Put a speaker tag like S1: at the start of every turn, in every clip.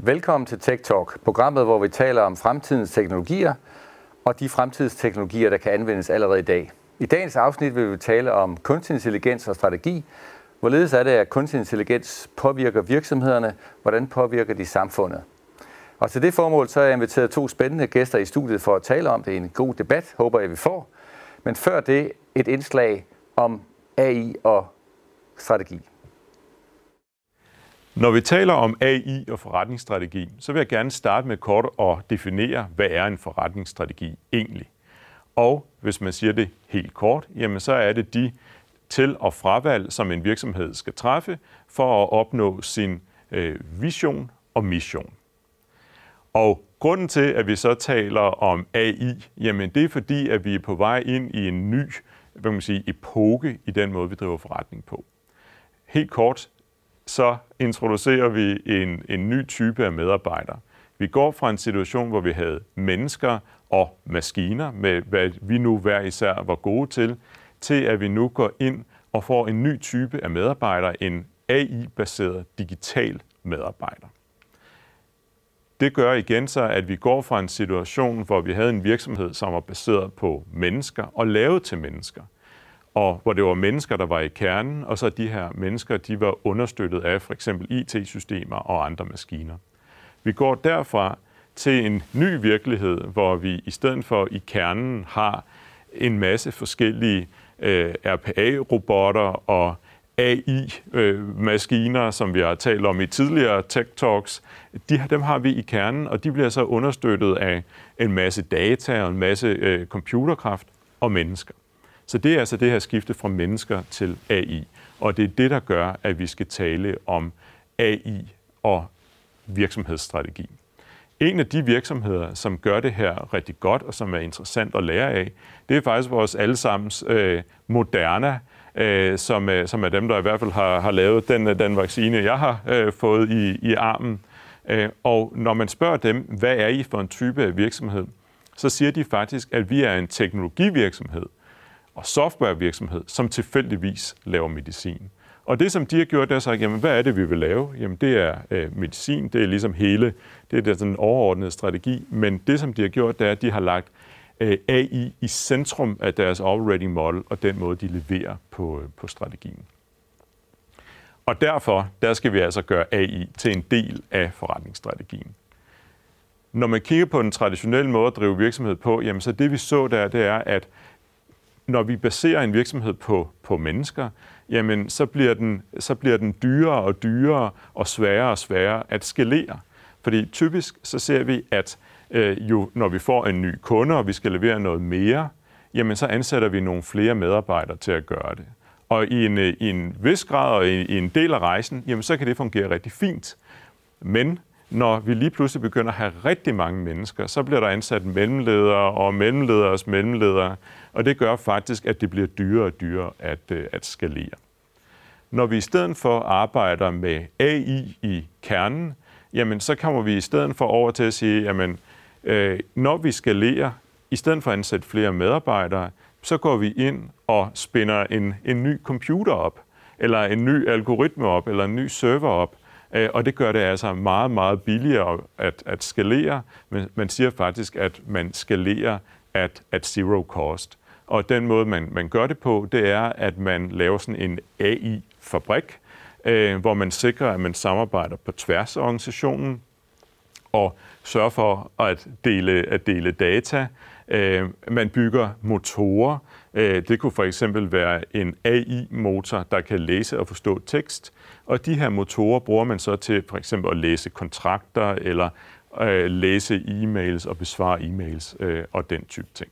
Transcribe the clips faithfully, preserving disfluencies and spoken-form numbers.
S1: Velkommen til Tech Talk, programmet, hvor vi taler om fremtidens teknologier og de fremtidsteknologier, der kan anvendes allerede i dag. I dagens afsnit vil vi tale om kunstig intelligens og strategi. Hvorledes er det, at kunstig intelligens påvirker virksomhederne? Hvordan påvirker de samfundet? Og til det formål så har jeg inviteret to spændende gæster i studiet for at tale om det. Er en god debat, håber jeg, vi får. Men før det et indslag om A I og strategi.
S2: Når vi taler om A I og forretningsstrategi, så vil jeg gerne starte med kort at definere, hvad er en forretningsstrategi egentlig. Og hvis man siger det helt kort, jamen så er det de til- og fravalg, som en virksomhed skal træffe for at opnå sin øh, vision og mission. Og grunden til, at vi så taler om A I, jamen det er fordi, at vi er på vej ind i en ny hvad kan man sige, epoke i den måde, vi driver forretning på. Helt kort, så introducerer vi en, en ny type af medarbejdere. Vi går fra en situation, hvor vi havde mennesker og maskiner, med hvad vi nu hver især var gode til, til at vi nu går ind og får en ny type af medarbejdere, en A I-baseret digital medarbejder. Det gør igen så, at vi går fra en situation, hvor vi havde en virksomhed, som var baseret på mennesker og lavet til mennesker, og hvor det var mennesker, der var i kernen, og så de her mennesker, de var understøttet af for eksempel I T-systemer og andre maskiner. Vi går derfra til en ny virkelighed, hvor vi i stedet for i kernen har en masse forskellige øh, R P A-robotter og A I-maskiner, øh, som vi har talt om i tidligere Tech Talks. De, dem har vi i kernen, og de bliver så understøttet af en masse data og en masse øh, computerkraft og mennesker. Så det er altså det her skifte fra mennesker til A I, og det er det, der gør, at vi skal tale om A I og virksomhedsstrategi. En af de virksomheder, som gør det her rigtig godt, og som er interessant at lære af, det er faktisk vores allesammens øh, Moderna, øh, som, øh, som er dem, der i hvert fald har, har lavet den, den vaccine, jeg har øh, fået i, i armen. Øh, og når man spørger dem, hvad er I for en type af virksomhed, så siger de faktisk, at vi er en teknologivirksomhed og softwarevirksomhed, som tilfældigvis laver medicin. Og det, som de har gjort, det er sagt, jamen, hvad er det, vi vil lave? Jamen, det er øh, medicin, det er ligesom hele, det er der sådan en overordnet strategi, men det, som de har gjort, det er, at de har lagt øh, A I i centrum af deres operating model, og den måde, de leverer på, øh, på strategien. Og derfor, der skal vi altså gøre A I til en del af forretningsstrategien. Når man kigger på den traditionelle måde at drive virksomhed på, jamen, så det, vi så der, det er, at når vi baserer en virksomhed på, på mennesker, jamen så bliver, den, så bliver den dyrere og dyrere og sværere og sværere at skalere. Fordi typisk så ser vi, at øh, jo, når vi får en ny kunde, og vi skal levere noget mere, jamen så ansætter vi nogle flere medarbejdere til at gøre det. Og i en, i en vis grad og i, i en del af rejsen, jamen så kan det fungere rigtig fint. Men når vi lige pludselig begynder at have rigtig mange mennesker, så bliver der ansat mellemledere og mellemlederes mellemledere, og det gør faktisk, at det bliver dyrere og dyrere at, at skalere. Når vi i stedet for arbejder med A I i kernen, jamen så kommer vi i stedet for over til at sige, jamen øh, når vi skalerer, i stedet for at ansætte flere medarbejdere, så går vi ind og spinder en, en ny computer op, eller en ny algoritme op, eller en ny server op, og det gør det altså meget, meget billigere at, at skalere. Men man siger faktisk, at man skalerer at, at zero cost. Og den måde, man, man gør det på, det er, at man laver sådan en A I-fabrik, øh, hvor man sikrer, at man samarbejder på tværs af organisationen og sørger for at dele, at dele data. Øh, man bygger motorer. Øh, det kunne for eksempel være en A I-motor, der kan læse og forstå tekst. Og de her motorer bruger man så til for eksempel at læse kontrakter eller øh, læse e-mails og besvare e-mails øh, og den type ting.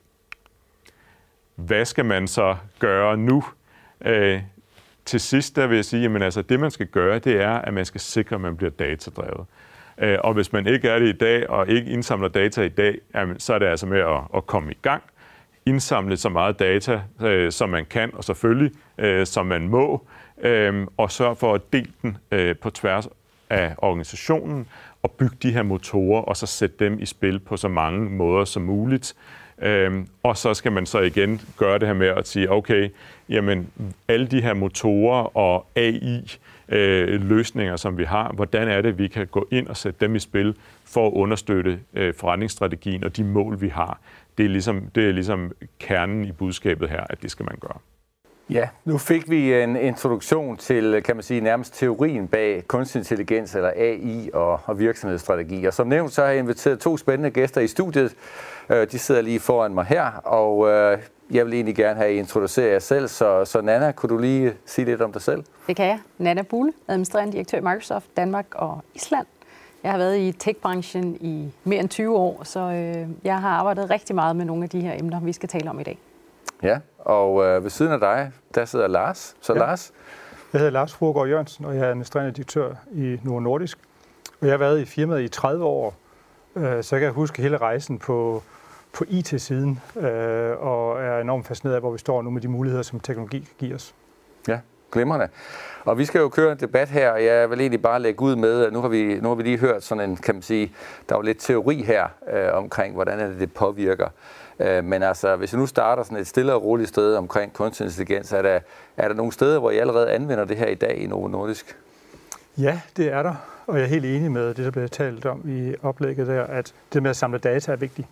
S2: Hvad skal man så gøre nu? Øh, til sidst der vil jeg sige, at altså, det man skal gøre, det er, at man skal sikre, at man bliver datadrevet. Øh, og hvis man ikke er det i dag og ikke indsamler data i dag, jamen, så er det altså med at, at komme i gang. Indsamle så meget data, øh, som man kan, og selvfølgelig, øh, som man må, øh, og sørge for at dele den øh, på tværs af organisationen, og bygge de her motorer, og så sætte dem i spil på så mange måder som muligt. Øhm, og så skal man så igen gøre det her med at sige, okay, jamen alle de her motorer og A I-løsninger, øh, som vi har, hvordan er det, vi kan gå ind og sætte dem i spil for at understøtte øh, forretningsstrategien og de mål, vi har. Det er, ligesom, det er ligesom kernen i budskabet her, at det skal man gøre.
S1: Ja, nu fik vi en introduktion til, kan man sige, nærmest teorien bag kunstig intelligens, eller A I og, og virksomhedsstrategi. Og som nævnt, så har jeg inviteret to spændende gæster i studiet. De sidder lige foran mig her, og jeg vil egentlig gerne have introduceret jer selv. Så, så Nanna, kunne du lige sige lidt om dig selv?
S3: Det kan jeg. Nanna Buhle, administrerende direktør i Microsoft Danmark og Island. Jeg har været i tech-branchen i mere end tyve år, så øh, jeg har arbejdet rigtig meget med nogle af de her emner, vi skal tale om i dag.
S1: Ja, og øh, ved siden af dig, der sidder Lars. Så ja. Lars?
S4: Jeg hedder Lars Fruergaard Jørgensen, og jeg er administrerende direktør i Novo Nordisk. Og jeg har været i firmaet i tredive år, øh, så jeg kan huske hele rejsen på, på I T-siden, øh, og er enormt fascineret af, hvor vi står nu med de muligheder, som teknologi giver os.
S1: Ja, glimrende. Og vi skal jo køre en debat her, og jeg vil egentlig bare lægge ud med, at nu har vi, nu har vi lige hørt sådan en, kan man sige, der er jo lidt teori her øh, omkring, hvordan det, det påvirker. Øh, men altså, hvis vi nu starter sådan et stille og roligt sted omkring kunstig intelligens, er der, er der nogle steder, hvor I allerede anvender det her i dag i Novo Nordisk?
S4: Ja, det er der, og jeg er helt enig med det, der bliver talt om i oplægget der, at det med at samle data er vigtigt.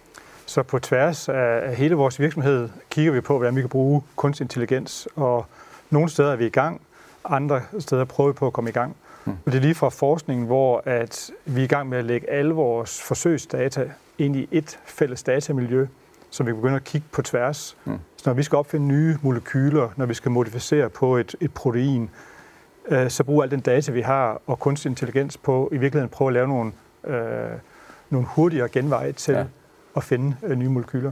S4: Så på tværs af hele vores virksomhed kigger vi på, hvordan vi kan bruge kunstig intelligens, og nogle steder er vi i gang, andre steder prøver vi på at komme i gang. Hmm. Og det er lige fra forskningen, hvor at vi er i gang med at lægge alle vores forsøgsdata ind i et fælles datamiljø, som vi kan begynde at kigge på tværs. Hmm. Så når vi skal opfinde nye molekyler, når vi skal modificere på et, et protein, øh, så bruger al den data, vi har, og kunstig intelligens på i virkeligheden prøve at lave nogle, øh, nogle hurtigere genveje til ja. at finde øh, nye molekyler.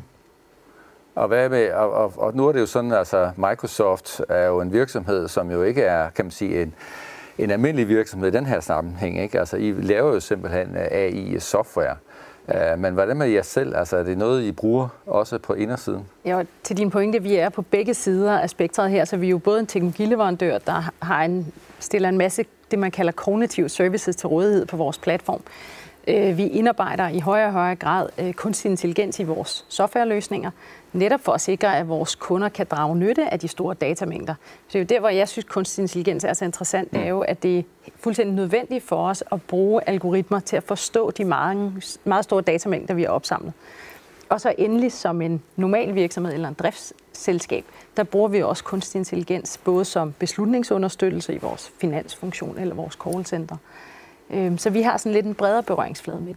S1: Og, hvad med, og, og, og nu er det jo sådan, altså Microsoft er jo en virksomhed, som jo ikke er, kan man sige, en, en almindelig virksomhed i den her sammenhæng, ikke? Altså, I laver jo simpelthen A I-software. Uh, men hvordan med jer selv? Altså, er det noget, I bruger også på indersiden?
S3: Ja, til din pointe, vi er på begge sider af spektret her, så vi er jo både en teknologileverandør, der har en, stiller en masse, det man kalder cognitive services til rådighed på vores platform. Vi indarbejder i højere og højere grad kunstig intelligens i vores softwareløsninger, netop for at sikre, at vores kunder kan drage nytte af de store datamængder. Så det er jo der, hvor jeg synes, kunstig intelligens er så interessant, det er jo, at det er fuldstændig nødvendigt for os at bruge algoritmer til at forstå de mange, meget store datamængder, vi har opsamlet. Og så endelig som en normal virksomhed eller en driftsselskab, der bruger vi også kunstig intelligens både som beslutningsunderstøttelse i vores finansfunktion eller vores callcenter. Så vi har sådan lidt en bredere berøringsflade med det.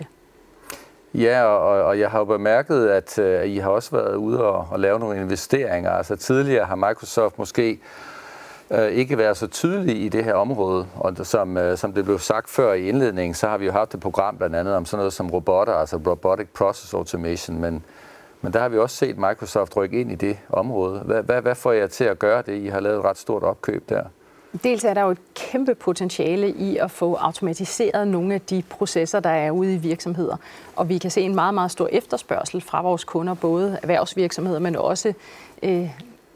S1: Ja, og, og jeg har jo bemærket, at uh, I har også været ude og, og lave nogle investeringer. Altså tidligere har Microsoft måske uh, ikke været så tydelig i det her område. Og som, uh, som det blev sagt før i indledningen, så har vi jo haft et program blandt andet om sådan noget som robotter, altså Robotic Process Automation. Men, men der har vi også set Microsoft rykke ind i det område. Hvad, hvad, hvad får jer til at gøre det? I har lavet et ret stort opkøb der.
S3: Dels er der jo et kæmpe potentiale i at få automatiseret nogle af de processer, der er ude i virksomheder. Og vi kan se en meget, meget stor efterspørgsel fra vores kunder, både erhvervsvirksomheder, men også øh,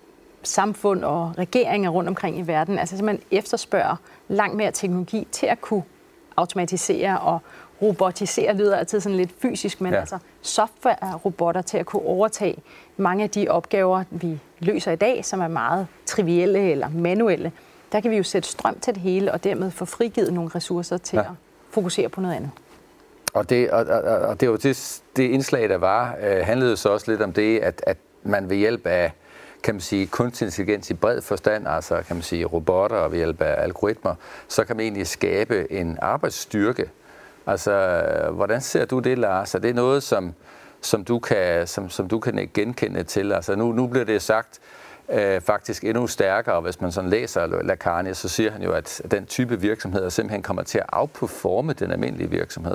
S3: samfund og regeringer rundt omkring i verden. Altså simpelthen efterspørger langt mere teknologi til at kunne automatisere og robotisere, lyder altid sådan lidt fysisk, men ja. altså software-robotter til at kunne overtage mange af de opgaver, vi løser i dag, som er meget trivielle eller manuelle. Der kan vi jo sætte strøm til det hele, og dermed få frigivet nogle ressourcer til ja. at fokusere på noget andet.
S1: Og det, og, og, og det, var det, det indslag, der var, øh, handlede så også lidt om det, at, at man ved hjælp af, kan man sige, kunstig intelligens i bred forstand, altså kan man sige robotter og ved hjælp af algoritmer, så kan man egentlig skabe en arbejdsstyrke. Altså, hvordan ser du det, Lars? Er det noget, som, som, du, kan, som, som du kan genkende til? Altså, nu, nu bliver det sagt, Øh, faktisk endnu stærkere. Hvis man sådan læser Lacarnia, så siger han jo, at den type virksomheder simpelthen kommer til at outperforme den almindelige virksomhed.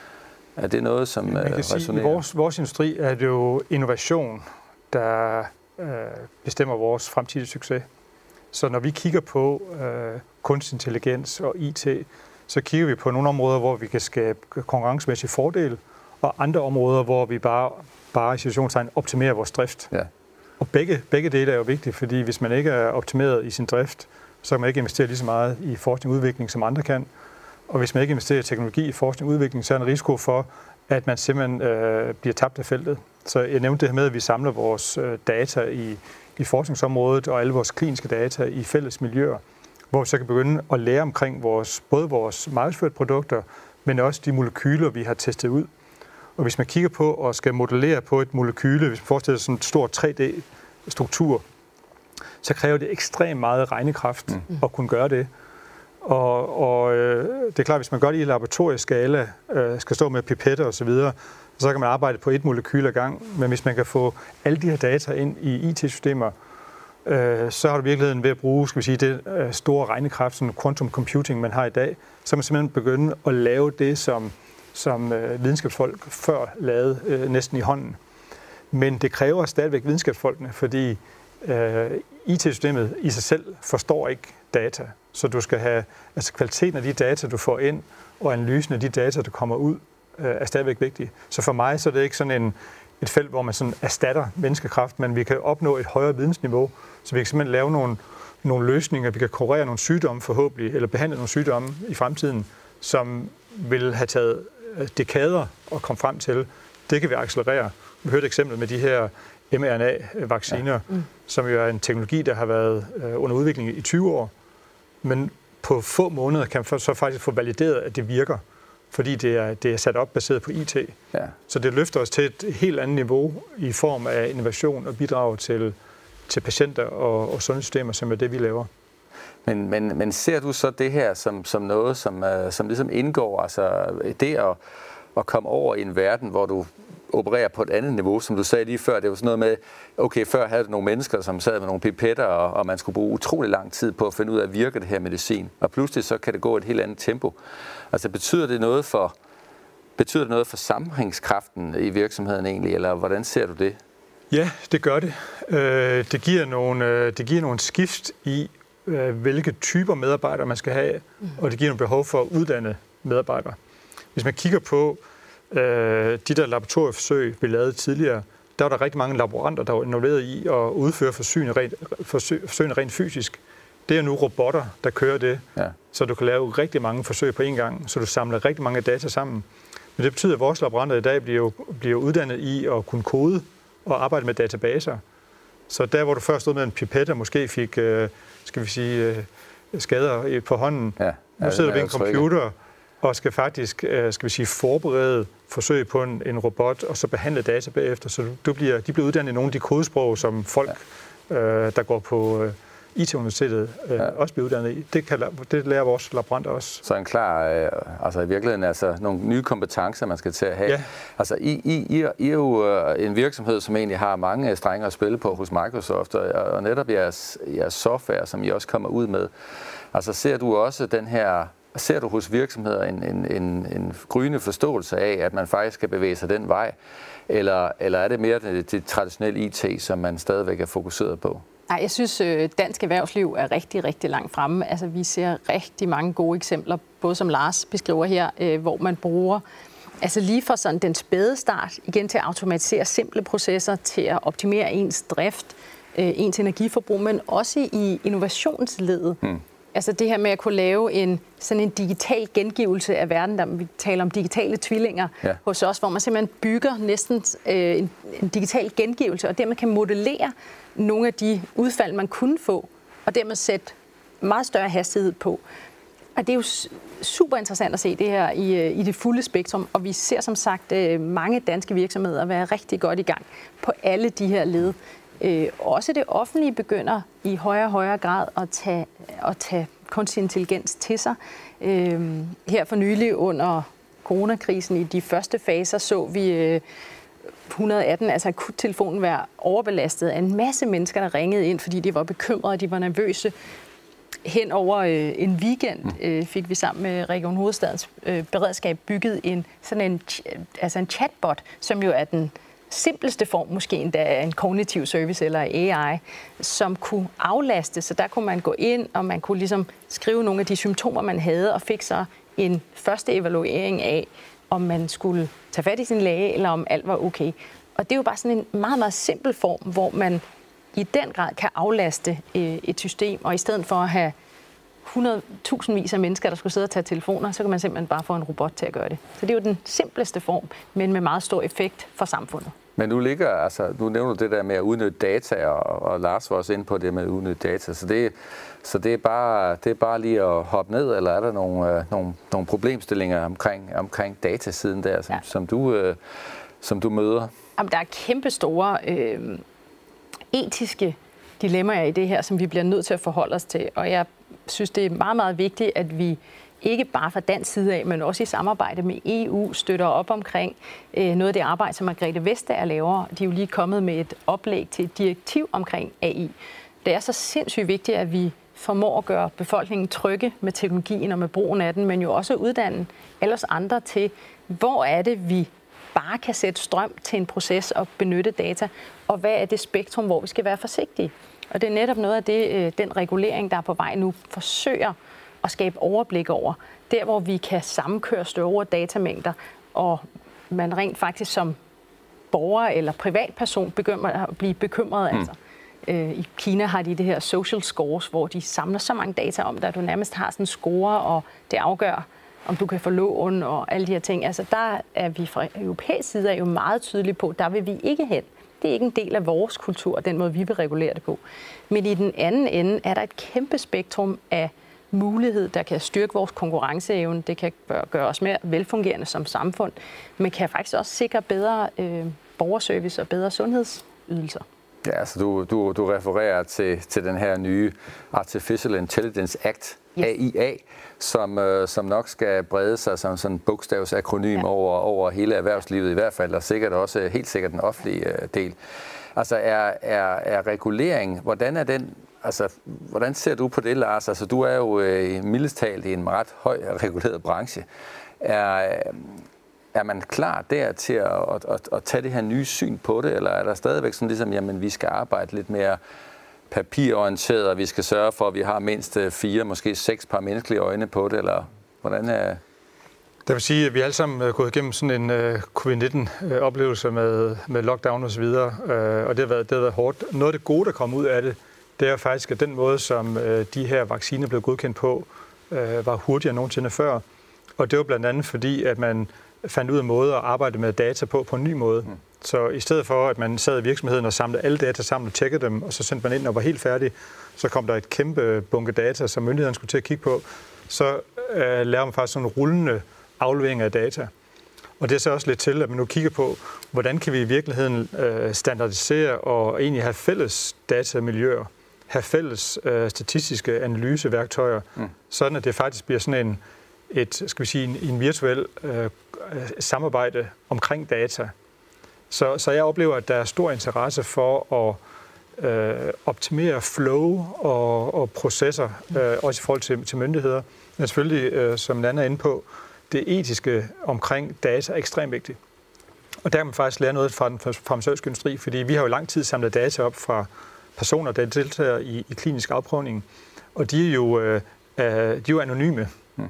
S1: Er det noget, som
S4: man kan
S1: øh,
S4: sige, i vores, vores industri er det jo innovation, der øh, bestemmer vores fremtidige succes. Så når vi kigger på øh, kunstig intelligens og I T, så kigger vi på nogle områder, hvor vi kan skabe konkurrencemæssig fordel, og andre områder, hvor vi bare, bare i situationstegn optimerer vores drift. Ja. Og begge, begge dele er jo vigtige, fordi hvis man ikke er optimeret i sin drift, så kan man ikke investere lige så meget i forskning og udvikling, som andre kan. Og hvis man ikke investerer i teknologi i forskning og udvikling, så er der en risiko for, at man simpelthen øh, bliver tabt af feltet. Så jeg nævnte det her med, at vi samler vores øh, data i, i forskningsområdet og alle vores kliniske data i fælles miljøer, hvor vi så kan begynde at lære omkring vores, både vores markedsførte produkter, men også de molekyler, vi har testet ud. Og hvis man kigger på og skal modellere på et molekyle, hvis man forestiller sig sådan en stor tre D-struktur, så kræver det ekstremt meget regnekraft mm. at kunne gøre det. Og, og øh, det er klart, hvis man gør det i laboratorieskala, øh, skal stå med pipetter osv., så, så kan man arbejde på et molekyl ad gang. Men hvis man kan få alle de her data ind i I T-systemer, øh, så har du virkeligheden ved at bruge, skal vi sige, det øh, store regnekraft, sådan quantum computing, man har i dag, så kan man simpelthen begynde at lave det, som, som øh, videnskabsfolk før lavede øh, næsten i hånden. Men det kræver stadigvæk videnskabsfolkene, fordi øh, I T-systemet i sig selv forstår ikke data. Så du skal have, altså kvaliteten af de data, du får ind, og analysen af de data, der kommer ud, øh, er stadigvæk vigtig. Så for mig så er det ikke sådan en, et felt, hvor man sådan erstatter menneskekraft, men vi kan opnå et højere vidensniveau, så vi kan simpelthen lave nogle, nogle løsninger, vi kan kurere nogle sygdomme forhåbentlig, eller behandle nogle sygdomme i fremtiden, som vil have taget dekader at komme frem til. Det kan vi accelerere. Vi hørte eksempel med de her M R N A-vacciner, ja. mm. som jo er en teknologi, der har været under udvikling i tyve år, men på få måneder kan man så faktisk få valideret, at det virker, fordi det er, det er sat op baseret på I T. Ja. Så det løfter os til et helt andet niveau i form af innovation og bidrag til, til patienter og, og sundhedssystemer, som er det, vi laver.
S1: Men, men, men ser du så det her som, som noget, som, som ligesom indgår, altså det at, at komme over i en verden, hvor du opererer på et andet niveau, som du sagde lige før, det var sådan noget med, okay, før havde du nogle mennesker, som sad med nogle pipetter, og, og man skulle bruge utrolig lang tid på at finde ud af, at virker det her medicin, og pludselig så kan det gå et helt andet tempo. Altså betyder det noget for, betyder det noget for sammenhængskraften i virksomheden egentlig, eller hvordan ser du det?
S4: Ja, det gør det. Det giver nogle, det giver nogle skift i, hvilke typer medarbejdere man skal have, og det giver nogle behov for at uddanne medarbejdere. Hvis man kigger på de der laboratorieforsøg, vi lavede tidligere, der var der rigtig mange laboranter, der var involveret i at udføre forsøgene rent, forsøgene rent fysisk. Det er nu robotter, der kører det, ja. Så du kan lave rigtig mange forsøg på én gang, så du samler rigtig mange data sammen. Men det betyder, at vores laboranter i dag bliver, jo, bliver uddannet i at kunne kode og arbejde med databaser. Så der, hvor du først stod med en pipette og måske fik, skal vi sige, skader på hånden, ja. Ja, nu sidder du ved en computer og skal faktisk, skal vi sige, forberede forsøg på en, en robot, og så behandle data bagefter. Så du bliver, de bliver uddannet i nogle af de kodesprog, som folk, ja. øh, der går på øh, I T-universitetet, øh, ja. også bliver uddannet i. Det, kan, det lærer vores laboranter også.
S1: Så en klar, øh, altså i virkeligheden, altså nogle nye kompetencer, man skal til at have. Ja. Altså I, I, I, I er jo en virksomhed, som egentlig har mange strenger at spille på hos Microsoft, og, og netop jeres, jeres software, som I også kommer ud med. Altså ser du også den her Ser du hos virksomheder en, en, en, en gryende forståelse af, at man faktisk skal bevæge sig den vej? Eller, eller er det mere det, det traditionelle I T, som man stadigvæk er fokuseret på?
S3: Nej, jeg synes, dansk erhvervsliv er rigtig, rigtig langt fremme. Altså, vi ser rigtig mange gode eksempler, både som Lars beskriver her, hvor man bruger altså lige fra sådan den spæde start igen til at automatisere simple processer, til at optimere ens drift, ens energiforbrug, men også i innovationsledet. Hmm. Altså det her med at kunne lave en, sådan en digital gengivelse af verden, der vi taler om digitale tvillinger ja. hos os, hvor man simpelthen bygger næsten øh, en, en digital gengivelse, og dermed kan modellere nogle af de udfald, man kunne få, og dermed sætte meget større hastighed på. Og det er jo super interessant at se det her i, i det fulde spektrum, og vi ser som sagt mange danske virksomheder være rigtig godt i gang på alle de her led. Øh, også det offentlige begynder i højere og højere grad at tage, at tage kunstig intelligens til sig. Øh, her for nylig under coronakrisen i de første faser så vi øh, et hundrede atten, altså akuttelefonen, være overbelastet af en masse mennesker, der ringede ind, fordi de var bekymrede, de var nervøse. Hen over øh, en weekend øh, fik vi sammen med Region Hovedstadens øh, beredskab bygget en, sådan en, altså en chatbot, som jo er den simpleste form, måske endda en kognitiv service eller A I, som kunne aflaste. Så der kunne man gå ind, og man kunne ligesom skrive nogle af de symptomer, man havde, og fik så en første evaluering af, om man skulle tage fat i sin læge, eller om alt var okay. Og det er jo bare sådan en meget, meget simpel form, hvor man i den grad kan aflaste et system, og i stedet for at have hundrede tusindvis af mennesker, der skulle sidde og tage telefoner, så kan man simpelthen bare få en robot til at gøre det. Så det er jo den simpleste form, men med meget stor effekt for samfundet.
S1: Men nu ligger, altså, nu nævner du det der med at udnytte data, og, og Lars var også inde på det med at udnytte data, så det, så det, er, bare, det er bare lige at hoppe ned, eller er der nogle, øh, nogle, nogle problemstillinger omkring, omkring datasiden der, som, ja. som, du, øh, som du møder?
S3: Jamen, der er kæmpe store øh, etiske dilemmaer i det her, som vi bliver nødt til at forholde os til, og jeg synes, det er meget, meget vigtigt, at vi ikke bare fra dansk side af, men også i samarbejde med E U, støtter op omkring øh, noget af det arbejde, som Margrethe Vestager laver. De er jo lige kommet med et oplæg til et direktiv omkring A I. Det er så sindssygt vigtigt, at vi formår at gøre befolkningen trygge med teknologien og med brugen af den, men jo også uddanne alle os andre til, hvor er det, vi bare kan sætte strøm til en proces og benytte data, og hvad er det spektrum, hvor vi skal være forsigtige. Og det er netop noget af det, den regulering, der er på vej nu, forsøger at skabe overblik over. Der, hvor vi kan sammenkøre store datamængder, og man rent faktisk som borger eller privatperson begynder at blive bekymret. Mm. Altså. Øh, I Kina har de det her social scores, hvor de samler så mange data om dig, at du nærmest har sådan en score, og det afgør, om du kan få lån og alle de her ting. Altså, der er vi fra europæisk side er jo meget tydelige på, der vil vi ikke hen. Det er ikke en del af vores kultur, den måde, vi vil regulere det på. Men i den anden ende er der et kæmpe spektrum af mulighed, der kan styrke vores konkurrenceevne. Det kan gøre os mere velfungerende som samfund, men kan faktisk også sikre bedre øh, borgerservice og bedre sundhedsydelser.
S1: Ja, altså du, du, du refererer til, til den her nye Artificial Intelligence Act, yes. A I A, som, øh, som nok skal brede sig som sådan en bogstavsakronym ja. over, over hele erhvervslivet i hvert fald, og sikkert også helt sikkert den offentlige øh, del. Altså er, er, er regulering, hvordan er den, altså hvordan ser du på det, Lars? Altså du er jo øh, mildest talt i en ret høj reguleret branche. Er, er man klar der til at, at, at, at tage det her nye syn på det, eller er der stadigvæk sådan ligesom, jamen vi skal arbejde lidt mere papirorienteret, og vi skal sørge for, at vi har mindst fire, måske seks par menneskelige øjne på det, eller hvordan er...
S4: Det vil sige, at vi alle sammen er gået igennem sådan en uh, covid nitten-oplevelse med, med lockdown og så videre, uh, og det har, været, det har været hårdt. Noget af det gode, der kom ud af det, det er faktisk, at den måde, som uh, de her vacciner blev godkendt på, uh, var hurtigere end nogensinde før. Og det var blandt andet fordi, at man fandt ud af måder at arbejde med data på på en ny måde. Mm. Så i stedet for, at man sad i virksomheden og samlede alle data sammen og tjekkede dem, og så sendte man ind og var helt færdig, så kom der et kæmpe bunke data, som myndighederne skulle til at kigge på. Så uh, laver man faktisk sådan en rullende aflevering af data. Og det er så også lidt til, at man nu kigger på, hvordan kan vi i virkeligheden uh, standardisere og egentlig have fælles datamiljøer, have fælles uh, statistiske analyseværktøjer, mm. sådan at det faktisk bliver sådan en et, skal vi sige, en, en virtuel øh, samarbejde omkring data. Så, så jeg oplever, at der er stor interesse for at øh, optimere flow og, og processer, øh, også i forhold til, til myndigheder. Men selvfølgelig, øh, som Nanna er inde på, det etiske omkring data er ekstremt vigtigt. Og der kan man faktisk lære noget fra den farmaceutiske industri, fordi vi har jo lang tid samlet data op fra personer, der deltager i, i klinisk afprøvning, og de er jo, øh, de er jo anonyme.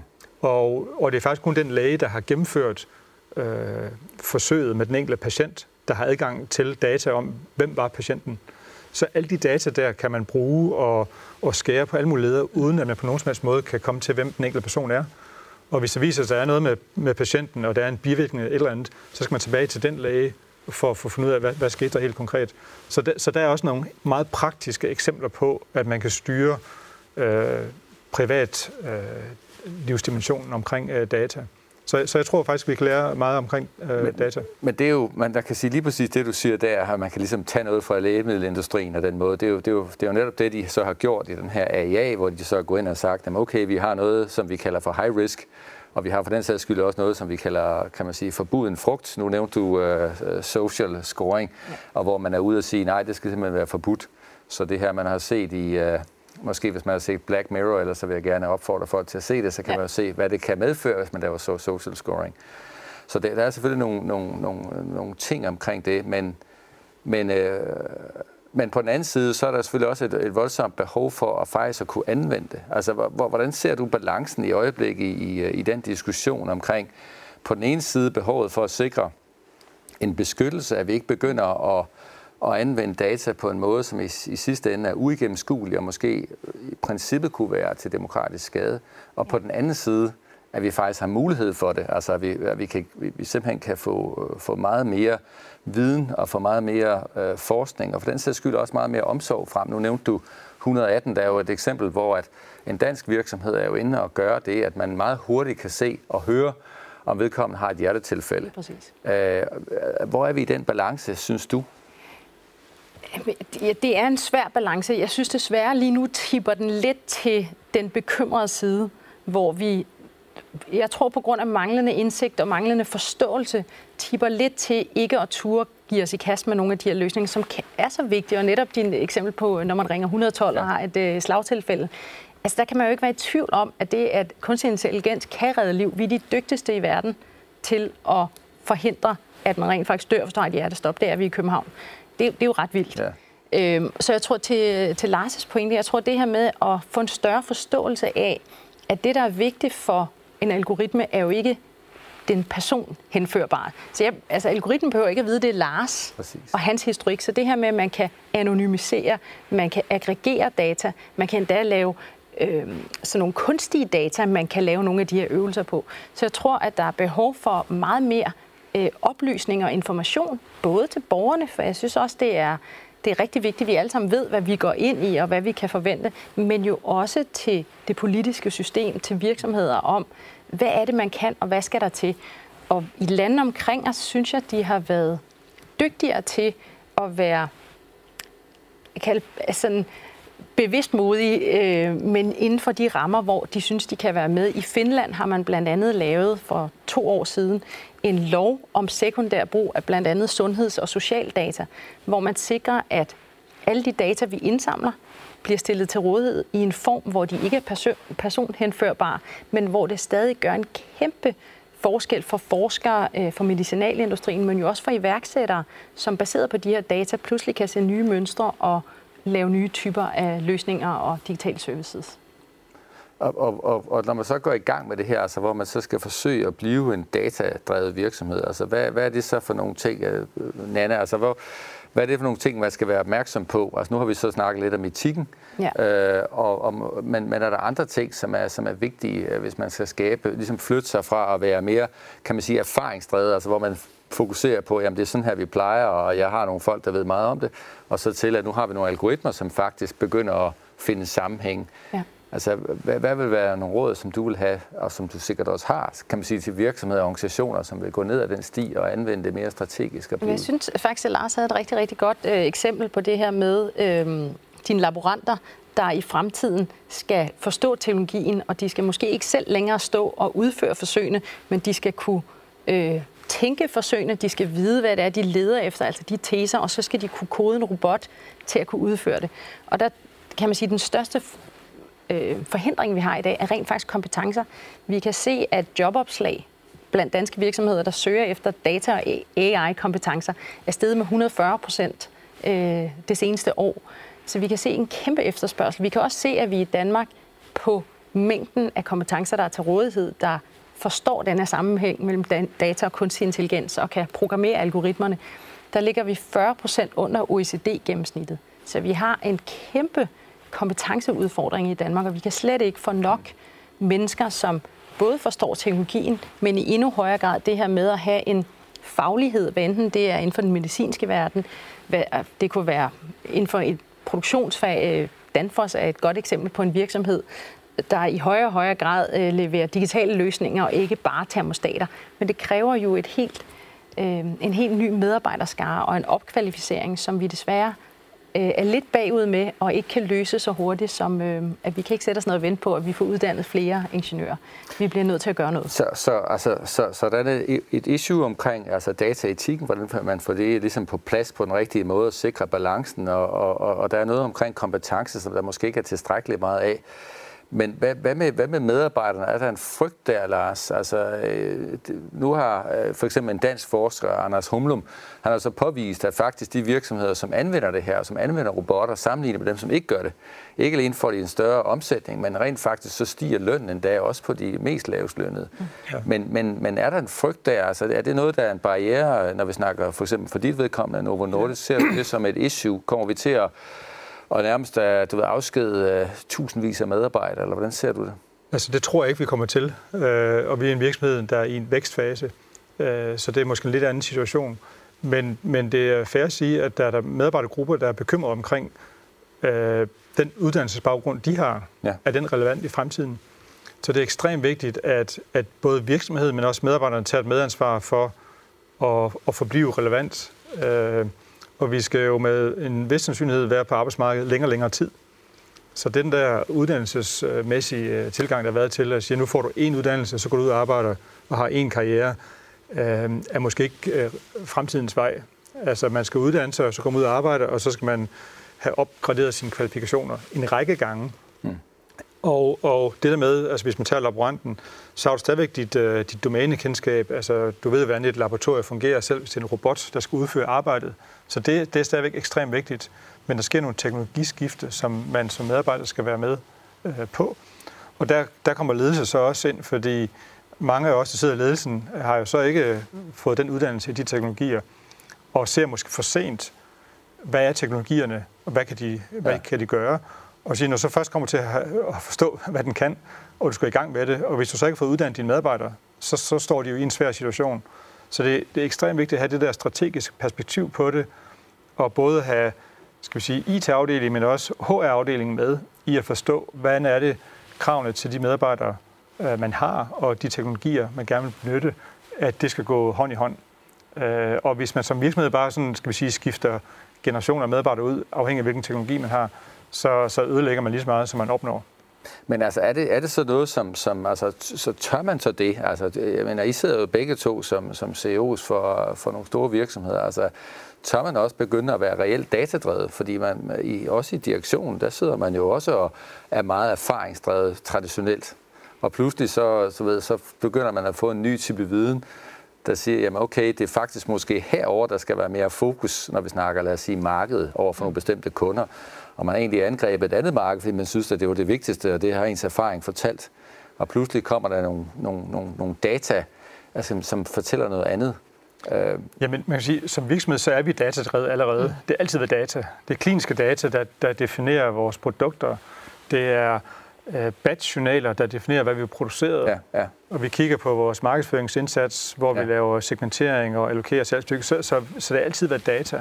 S4: Og, og det er faktisk kun den læge, der har gennemført øh, forsøget med den enkelte patient, der har adgang til data om, hvem var patienten. Så alle de data der kan man bruge og, og skære på alle mulige leder, uden at man på nogen som helst måde kan komme til, hvem den enkelte person er. Og hvis det viser sig, at der er noget med, med patienten, og der er en bivirkning eller et eller andet, så skal man tilbage til den læge for at få fundet ud af, hvad, hvad skete der helt konkret. Så, der, så der er også nogle meget praktiske eksempler på, at man kan styre øh, privat øh, livsdimensionen omkring øh, data. Så, så jeg tror faktisk, vi kan lære meget omkring øh,
S1: men,
S4: data.
S1: Men det er jo, man der kan sige lige præcis det, du siger der, at man kan ligesom tage noget fra lægemiddelindustrien og den måde. Det er, jo, det, er jo, det er jo netop det, de så har gjort i den her A I A, hvor de så går ind og sagt, at okay, vi har noget, som vi kalder for high risk, og vi har for den sags skyld også noget, som vi kalder, kan man sige, forbuden frugt. Nu nævnte du uh, social scoring, ja. Og hvor man er ude og sige, nej, det skal simpelthen være forbudt. Så det her, man har set i... Uh, Måske hvis man har set Black Mirror, eller så vil jeg gerne opfordre folk til at se det, så kan ja. man jo se, hvad det kan medføre, hvis man laver så social scoring. Så det, der er selvfølgelig nogle, nogle, nogle, nogle ting omkring det, men, men, øh, men på den anden side, så er der selvfølgelig også et, et voldsomt behov for at faktisk at kunne anvende det. Altså, hvordan ser du balancen i øjeblikket i, i, i den diskussion omkring på den ene side behovet for at sikre en beskyttelse, at vi ikke begynder at at anvende data på en måde, som i, i sidste ende er uigennemskuelig og måske i princippet kunne være til demokratisk skade. Og på den anden side, at vi faktisk har mulighed for det, altså at vi, at vi, kan, vi simpelthen kan få, få meget mere viden og få meget mere øh, forskning, og for den sags skyld også meget mere omsorg frem. Nu nævnte du et hundrede atten, der er jo et eksempel, hvor at en dansk virksomhed er jo inde og gøre det, at man meget hurtigt kan se og høre, om vedkommende har et hjertetilfælde.
S3: Præcis.
S1: Øh, hvor er vi i den balance, synes du?
S3: Ja, det er en svær balance. Jeg synes desværre lige nu tipper den lidt til den bekymrede side, hvor vi, jeg tror på grund af manglende indsigt og manglende forståelse, tipper lidt til ikke at turde give os i kast med nogle af de her løsninger, som er så vigtige. Og netop din eksempel på, når man ringer et hundrede og tolv ja. og har et øh, slagtilfælde. Altså der kan man jo ikke være i tvivl om, at det, at kunstig intelligens kan redde liv. Vi er de dygtigste i verden til at forhindre, at man rent faktisk dør, hvis du har et hjertestop. Det er vi i København. Det, det er jo ret vildt. Ja. Øhm, så jeg tror til, til Lars' pointe, jeg tror det her med at få en større forståelse af, at det, der er vigtigt for en algoritme, er jo ikke den person henførbare. Så jeg, altså, algoritmen behøver ikke at vide, det er Lars Præcis. og hans historik. Så det her med, at man kan anonymisere, man kan aggregere data, man kan endda lave øh, sådan nogle kunstige data, man kan lave nogle af de her øvelser på. Så jeg tror, at der er behov for meget mere øh, oplysning og information, både til borgerne, for jeg synes også, det er, det er rigtig vigtigt, at vi alle sammen ved, hvad vi går ind i og hvad vi kan forvente, men jo også til det politiske system, til virksomheder om, hvad er det, man kan, og hvad skal der til? Og i landene omkring os, synes jeg, de har været dygtigere til at være kalde, sådan, bevidst modige, øh, men inden for de rammer, hvor de synes, de kan være med. I Finland har man blandt andet lavet for to år siden en lov om sekundær brug af blandt andet sundheds- og socialdata, hvor man sikrer, at alle de data, vi indsamler, bliver stillet til rådighed i en form, hvor de ikke er person- personhenførbare, men hvor det stadig gør en kæmpe forskel for forskere, for medicinalindustrien, men jo også for iværksættere, som baseret på de her data pludselig kan se nye mønstre og lave nye typer af løsninger og digitale services.
S1: Og, og, og, og når man så går i gang med det her, altså, hvor man så skal forsøge at blive en datadrevet virksomhed, altså hvad, hvad er det så for nogle ting, Nanna, altså hvor, hvad er det for nogle ting, man skal være opmærksom på? Altså nu har vi så snakket lidt om etikken, ja. øh, og, og, men, men er der andre ting, som er, som er vigtige, hvis man skal skabe, ligesom flytte sig fra at være mere, kan man sige, erfaringsdrevet, altså hvor man fokuserer på, jamen det er sådan her, vi plejer, og jeg har nogle folk, der ved meget om det, og så til, at nu har vi nogle algoritmer, som faktisk begynder at finde sammenhæng. Ja. Altså, hvad, hvad vil være nogle råd, som du vil have, og som du sikkert også har, kan man sige, til virksomheder og organisationer, som vil gå ned ad den sti og anvende det mere strategisk?
S3: Jeg synes faktisk, at Lars havde et rigtig, rigtig godt øh, eksempel på det her med øh, dine laboranter, der i fremtiden skal forstå teknologien, og de skal måske ikke selv længere stå og udføre forsøgene, men de skal kunne øh, tænke forsøgene, de skal vide, hvad det er, de leder efter, altså de teser, og så skal de kunne kode en robot til at kunne udføre det. Og der kan man sige, at den største øh, forhindring, vi har i dag, er rent faktisk kompetencer. Vi kan se, at jobopslag blandt danske virksomheder, der søger efter data- og A I-kompetencer, er steget med et hundrede og fyrre procent øh, det seneste år. Så vi kan se en kæmpe efterspørgsel. Vi kan også se, at vi i Danmark på mængden af kompetencer, der er til rådighed, der forstår den her sammenhæng mellem data og kunstig intelligens og kan programmere algoritmerne, der ligger vi fyrre procent under O E C D-gennemsnittet. Så vi har en kæmpe kompetenceudfordring i Danmark, og vi kan slet ikke få nok mennesker, som både forstår teknologien, men i endnu højere grad det her med at have en faglighed, hvad enten det er inden for den medicinske verden, det kunne være inden for et produktionsfag. Danfoss er et godt eksempel på en virksomhed, der i højere og højere grad leverer digitale løsninger og ikke bare termostater. Men det kræver jo et helt, en helt ny medarbejderskare og en opkvalificering, som vi desværre er lidt bagud med og ikke kan løse så hurtigt, som at vi kan ikke sætte os ned og vente på, at vi får uddannet flere ingeniører. Vi bliver nødt til at gøre noget.
S1: Så, så, altså, så, så der er et issue omkring altså dataetikken, hvordan man får det ligesom på plads på den rigtige måde, at sikre balancen, og, og, og der er noget omkring kompetence, som der måske ikke er tilstrækkeligt meget af. Men hvad, hvad, med, hvad med medarbejderne? Er der en frygt der, Lars? Altså, øh, nu har øh, for eksempel en dansk forsker, Anders Humlum, han har så påvist, at faktisk de virksomheder, som anvender det her, som anvender robotter, sammenlignet med dem, som ikke gør det, ikke alene får de en større omsætning, men rent faktisk så stiger lønnen endda også på de mest lavestlønnede. Ja. Men, men, men er der en frygt der? Altså, er det noget, der er en barriere, når vi snakker for eksempel for dit vedkommende, Novo Nordisk, ser du det som et issue? Kommer vi til at og nærmest du ved, afskede uh, tusindvis af medarbejdere, eller hvordan ser du det?
S4: Altså det tror jeg ikke, vi kommer til. Øh, og vi er en virksomhed, der er i en vækstfase, øh, så det er måske en lidt anden situation. Men, men det er fair at sige, at der er der medarbejdergrupper, der er bekymret omkring øh, den uddannelsesbaggrund, de har. Ja. Er den relevant i fremtiden? Så det er ekstremt vigtigt, at, at både virksomheden, men også medarbejderne tager et medansvar for at, at forblive relevant. Øh, Og vi skal jo med en vis sandsynlighed være på arbejdsmarkedet længere og længere tid. Så den der uddannelsesmæssige tilgang, der har været til at sige, nu får du en uddannelse, så går du ud og arbejder og har en karriere, er måske ikke fremtidens vej. Altså man skal uddanne sig, så komme ud og arbejde, og så skal man have opgraderet sine kvalifikationer en række gange. Mm. Og, og det der med, altså hvis man tager laboranten, så har du stadigvæk dit, uh, dit domænekendskab. Altså du ved, hvordan et laboratorium fungerer, selv hvis det er en robot, der skal udføre arbejdet. Så det, det er stadigvæk ekstremt vigtigt. Men der sker nogle teknologiskifte, som man som medarbejder skal være med uh, på. Og der, der kommer ledelse så også ind, fordi mange af os, der sidder i ledelsen, har jo så ikke fået den uddannelse i de teknologier, og ser måske for sent, hvad er teknologierne, og hvad kan de, hvad ja. kan de gøre. Og sige, når du så først kommer til at forstå, hvad den kan, og du skal i gang med det, og hvis du så ikke får uddannet dine medarbejdere, så, så står de jo i en svær situation. Så det, det er ekstremt vigtigt at have det der strategiske perspektiv på det, og både have, skal vi sige, I T-afdelingen, men også H R-afdelingen med, i at forstå, hvad er det kravene til de medarbejdere, man har, og de teknologier, man gerne vil benytte, at det skal gå hånd i hånd. Og hvis man som virksomhed bare sådan, skal vi sige, skifter generationer af medarbejdere ud, afhængig af hvilken teknologi man har, Så, så ødelægger man lige så meget, som man opnår.
S1: Men altså, er det, er det så noget, som, som altså, så tør man så det? Altså, jeg mener, I sidder jo begge to som, som C E O's for, for nogle store virksomheder. Altså, tør man også begynde at være reelt datadrevet? Fordi man, i, også i direktionen, der sidder man jo også og er meget erfaringsdrevet traditionelt. Og pludselig så, så, ved, så begynder man at få en ny type viden, der siger, jamen okay, det er faktisk måske herover der skal være mere fokus, når vi snakker, lad os sige, markedet over for nogle bestemte kunder. Og man har egentlig angrebet et andet marked, fordi man synes, at det var det vigtigste, og det har ens erfaring fortalt. Og pludselig kommer der nogle, nogle, nogle, nogle data, altså, som fortæller noget andet.
S4: Øh. Jamen, man kan sige, som virksomhed, så er vi datadrevet allerede. Mm. Det er altid ved data. Det er kliniske data, der, der definerer vores produkter. Det er uh, batch-journaler, der definerer, hvad vi har produceret. Ja, ja. Og vi kigger på vores markedsføringsindsats, hvor ja. vi laver segmentering og allokerer salgsstykke. Så, så, så det er altid ved data.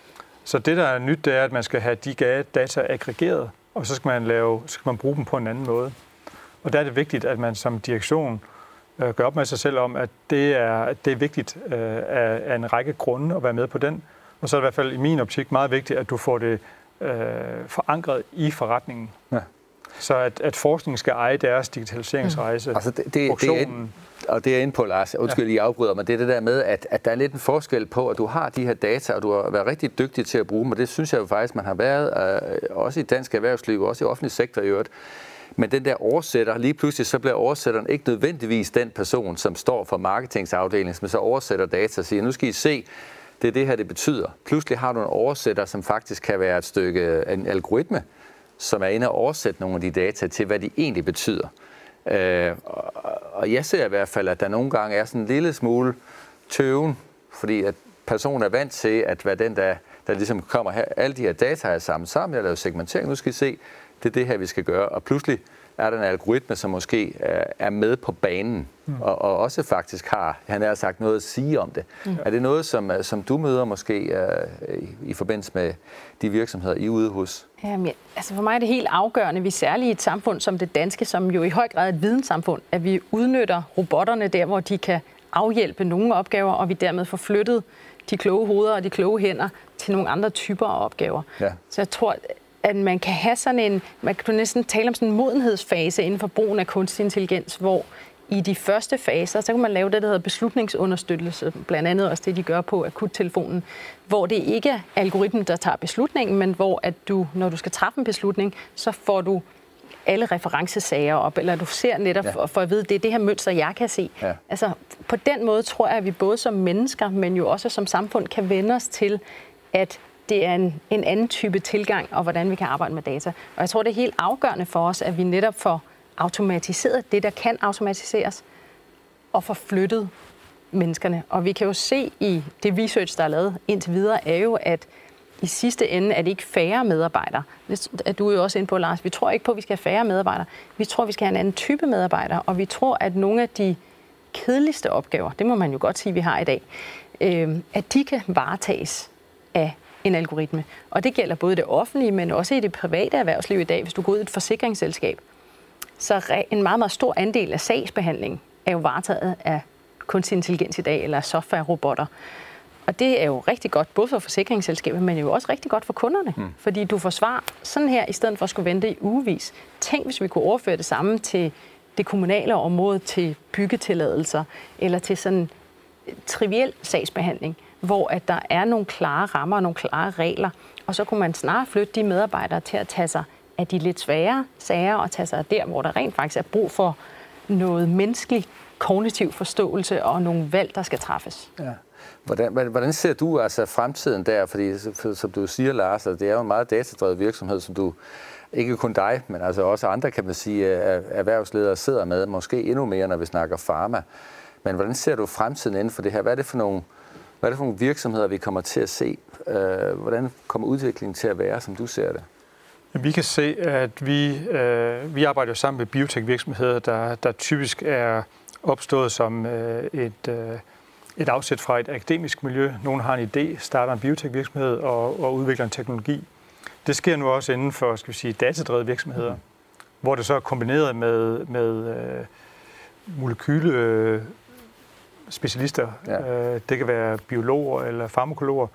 S4: Så det, der er nyt, det er, at man skal have de data aggregeret, og så skal man, lave, så skal man bruge dem på en anden måde. Og der er det vigtigt, at man som direktion øh, gør op med sig selv om, at det er, det er vigtigt øh, af, af en række grunde at være med på den. Og så er det i hvert fald i min optik meget vigtigt, at du får det øh, forankret i forretningen. Ja. Så at, at forskningen skal eje deres digitaliseringsrejse. Mm.
S1: Altså det, det, det er og det er inde på, Lars, undskyld, I afbryder mig, det er det der med, at, at der er lidt en forskel på, at du har de her data, og du har været rigtig dygtig til at bruge dem, og det synes jeg jo faktisk, man har været, øh, også i dansk erhvervsliv, også i offentlig sektor i øvrigt. Men den der oversætter, lige pludselig så bliver oversætteren ikke nødvendigvis den person, som står for marketingsafdelingen, som så oversætter data og siger, nu skal I se, det er det her, det betyder. Pludselig har du en oversætter, som faktisk kan være et stykke, en algoritme, som er inde og oversætte nogle af de data til, hvad de egentlig betyder. Øh, og jeg ser i hvert fald, at der nogle gange er sådan en lille smule tøven, fordi at personen er vant til, at hvad den der, der ligesom kommer her, alle de her data er sammen sammen, jeg laver segmentering, nu skal I se, det er det her, vi skal gøre, og pludselig er der en algoritme, som måske er med på banen, mm. og, og også faktisk har, han har sagt noget at sige om det. Mm. Er det noget, som, som du møder måske uh, i, i forbindelse med de virksomheder, I er ude hos?
S3: Jamen, altså for mig er det helt afgørende, vi særligt i et samfund som det danske, som jo i høj grad er et videnssamfund, at vi udnytter robotterne der, hvor de kan afhjælpe nogle opgaver, og vi dermed får flyttet de kloge hoveder og de kloge hænder til nogle andre typer af opgaver. Ja. Så jeg tror, at man kan have sådan en, man kan næsten tale om sådan en modenhedsfase inden for brugen af kunstig intelligens, hvor i de første faser, så kan man lave det, der hedder beslutningsunderstøttelse, blandt andet også det, de gør på akuttelefonen, hvor det ikke er algoritmen, der tager beslutningen, men hvor at du, når du skal træffe en beslutning, så får du alle referencesager op, eller du ser netop ja. for, for at vide, det er det her mønster, jeg kan se.
S1: Ja.
S3: Altså, på den måde tror jeg, at vi både som mennesker, men jo også som samfund, kan vende os til, at det er en, en anden type tilgang, og hvordan vi kan arbejde med data. Og jeg tror, det er helt afgørende for os, at vi netop får automatiseret det, der kan automatiseres, og får flyttet menneskerne. Og vi kan jo se i det research, der er lavet indtil videre, er jo, at i sidste ende er det ikke færre medarbejdere. Det er du jo også inde på, Lars. Vi tror ikke på, at vi skal have færre medarbejdere. Vi tror, vi skal have en anden type medarbejdere, og vi tror, at nogle af de kedeligste opgaver, det må man jo godt sige, vi har i dag, øh, at de kan varetages af en algoritme. Og det gælder både det offentlige, men også i det private erhvervsliv i dag. Hvis du går ud i et forsikringsselskab, så en meget, meget stor andel af sagsbehandling er jo varetaget af kunstig intelligens i dag, eller software-robotter. Og det er jo rigtig godt, både for forsikringsselskabet, men jo også rigtig godt for kunderne. Mm. Fordi du får svar sådan her, i stedet for at skulle vente i ugevis. Tænk, hvis vi kunne overføre det samme til det kommunale område, til byggetilladelser, eller til sådan triviel sagsbehandling, hvor at der er nogle klare rammer og nogle klare regler. Og så kunne man snarere flytte de medarbejdere til at tage sig af de lidt svære sager, og tage sig af der, hvor der rent faktisk er brug for noget menneskelig kognitiv forståelse og nogle valg, der skal træffes.
S1: Ja. Hvordan, hvordan ser du altså fremtiden der? Fordi som du siger, Lars, det er jo en meget datadrevet virksomhed, som du, ikke kun dig, men altså også andre, kan man sige, erhvervsledere sidder med, måske endnu mere, når vi snakker pharma. Men hvordan ser du fremtiden inden for det her? Hvad er det for nogle, hvad er det for nogle virksomheder, vi kommer til at se? Hvordan kommer udviklingen til at være, som du ser det?
S4: Vi kan se, at vi, øh, vi arbejder sammen med biotech-virksomheder, der, der typisk er opstået som øh, et, øh, et afsæt fra et akademisk miljø. Nogle har en idé, starter en biotech-virksomhed og, og udvikler en teknologi. Det sker nu også inden for, skal vi sige, datadrevede virksomheder, mm. hvor det så er kombineret med, med øh, molekyle øh, specialister. Ja. Øh, det kan være biologer eller farmakologer.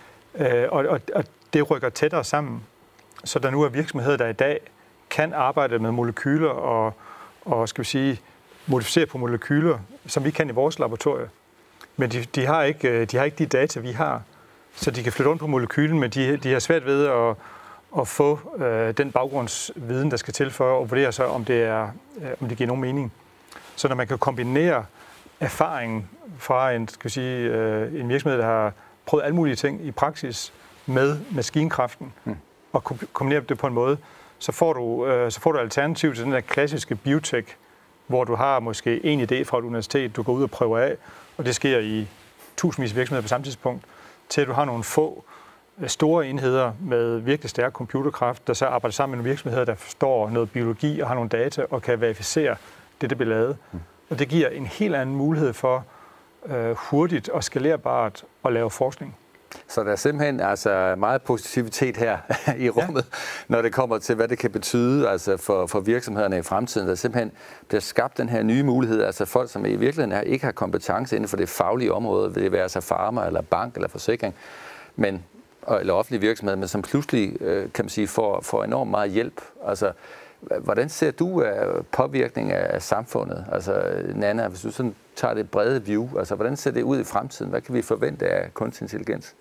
S4: Øh, og, og, og det rykker tættere sammen. Så der nu er virksomheder, der i dag kan arbejde med molekyler og, og skal vi sige, modificere på molekyler, som vi kan i vores laboratorier. Men de, de, har ikke, de har ikke de data, vi har, så de kan flytte rundt på molekylen, men de, de har svært ved at, at få øh, den baggrundsviden, der skal til for at vurdere så, om det, er, øh, om det giver nogen mening. Så når man kan kombinere erfaringen fra en, skal vi sige, øh, en virksomhed, der har prøvet alle mulige ting i praksis med maskinkraften, mm. og kombinere det på en måde, så får du, øh, så får du alternativ til den der klassiske biotech, hvor du har måske en idé fra et universitet, du går ud og prøver af, og det sker i tusindvis af virksomheder på samme tidspunkt, til at du har nogle få store enheder med virkelig stærk computerkraft, der så arbejder sammen med nogle virksomheder, der forstår noget biologi og har nogle data og kan verificere det, der bliver lavet. Mm. Og det giver en helt anden mulighed for øh, hurtigt og skalerbart at lave forskning.
S1: Så der er simpelthen altså meget positivitet her i rummet, ja. Når det kommer til, hvad det kan betyde altså for, for virksomhederne i fremtiden. Der simpelthen bliver skabt den her nye mulighed, altså folk, som i virkeligheden ikke har kompetence inden for det faglige område, vil det være altså farma eller bank eller forsikring, men, eller offentlig virksomhed, men som pludselig kan man sige, får, får enormt meget hjælp. Altså, hvordan ser du påvirkning af samfundet? Altså, Nanna, hvis du sådan tager det brede view, altså hvordan ser det ud i fremtiden? Hvad kan vi forvente af kunstig intelligens?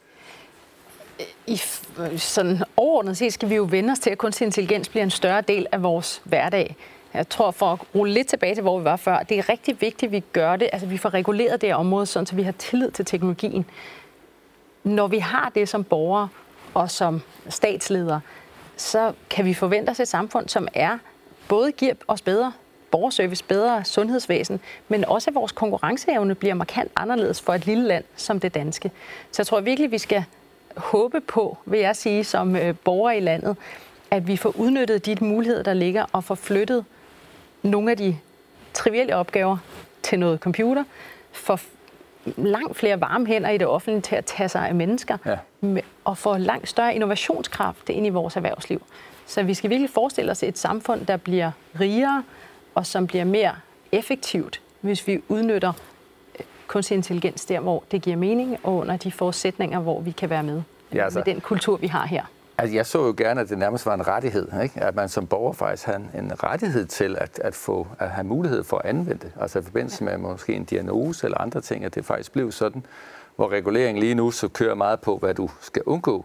S3: I sådan overordnet set skal vi jo vende os til, at kunstig intelligens bliver en større del af vores hverdag. Jeg tror, for at rulle lidt tilbage til, hvor vi var før, det er rigtig vigtigt, at vi gør det, altså vi får reguleret det her område, sådan, så vi har tillid til teknologien. Når vi har det som borgere og som statsledere, så kan vi forvente os et samfund, som er både giver os bedre borgerservice, bedre sundhedsvæsen, men også at vores konkurrenceevne bliver markant anderledes for et lille land som det danske. Så jeg tror virkelig, vi skal håbe på, vil jeg sige, som borgere i landet, at vi får udnyttet de muligheder, der ligger, og får flyttet nogle af de trivielle opgaver til noget computer, for langt flere varme hænder i det offentlige til at tage sig af mennesker, ja. Og få langt større innovationskraft ind i vores erhvervsliv. Så vi skal virkelig forestille os et samfund, der bliver rigere, og som bliver mere effektivt, hvis vi udnytter kunstig intelligens der, hvor det giver mening, og under de forudsætninger, hvor vi kan være med, ja, altså, med den kultur, vi har her.
S1: Altså, jeg så jo gerne, at det nærmest var en rettighed, ikke? At man som borger faktisk har en rettighed til at, at, få, at have mulighed for at anvende det. Altså i forbindelse med måske en diagnose eller andre ting, at det faktisk blev sådan, hvor reguleringen lige nu så kører meget på, hvad du skal undgå.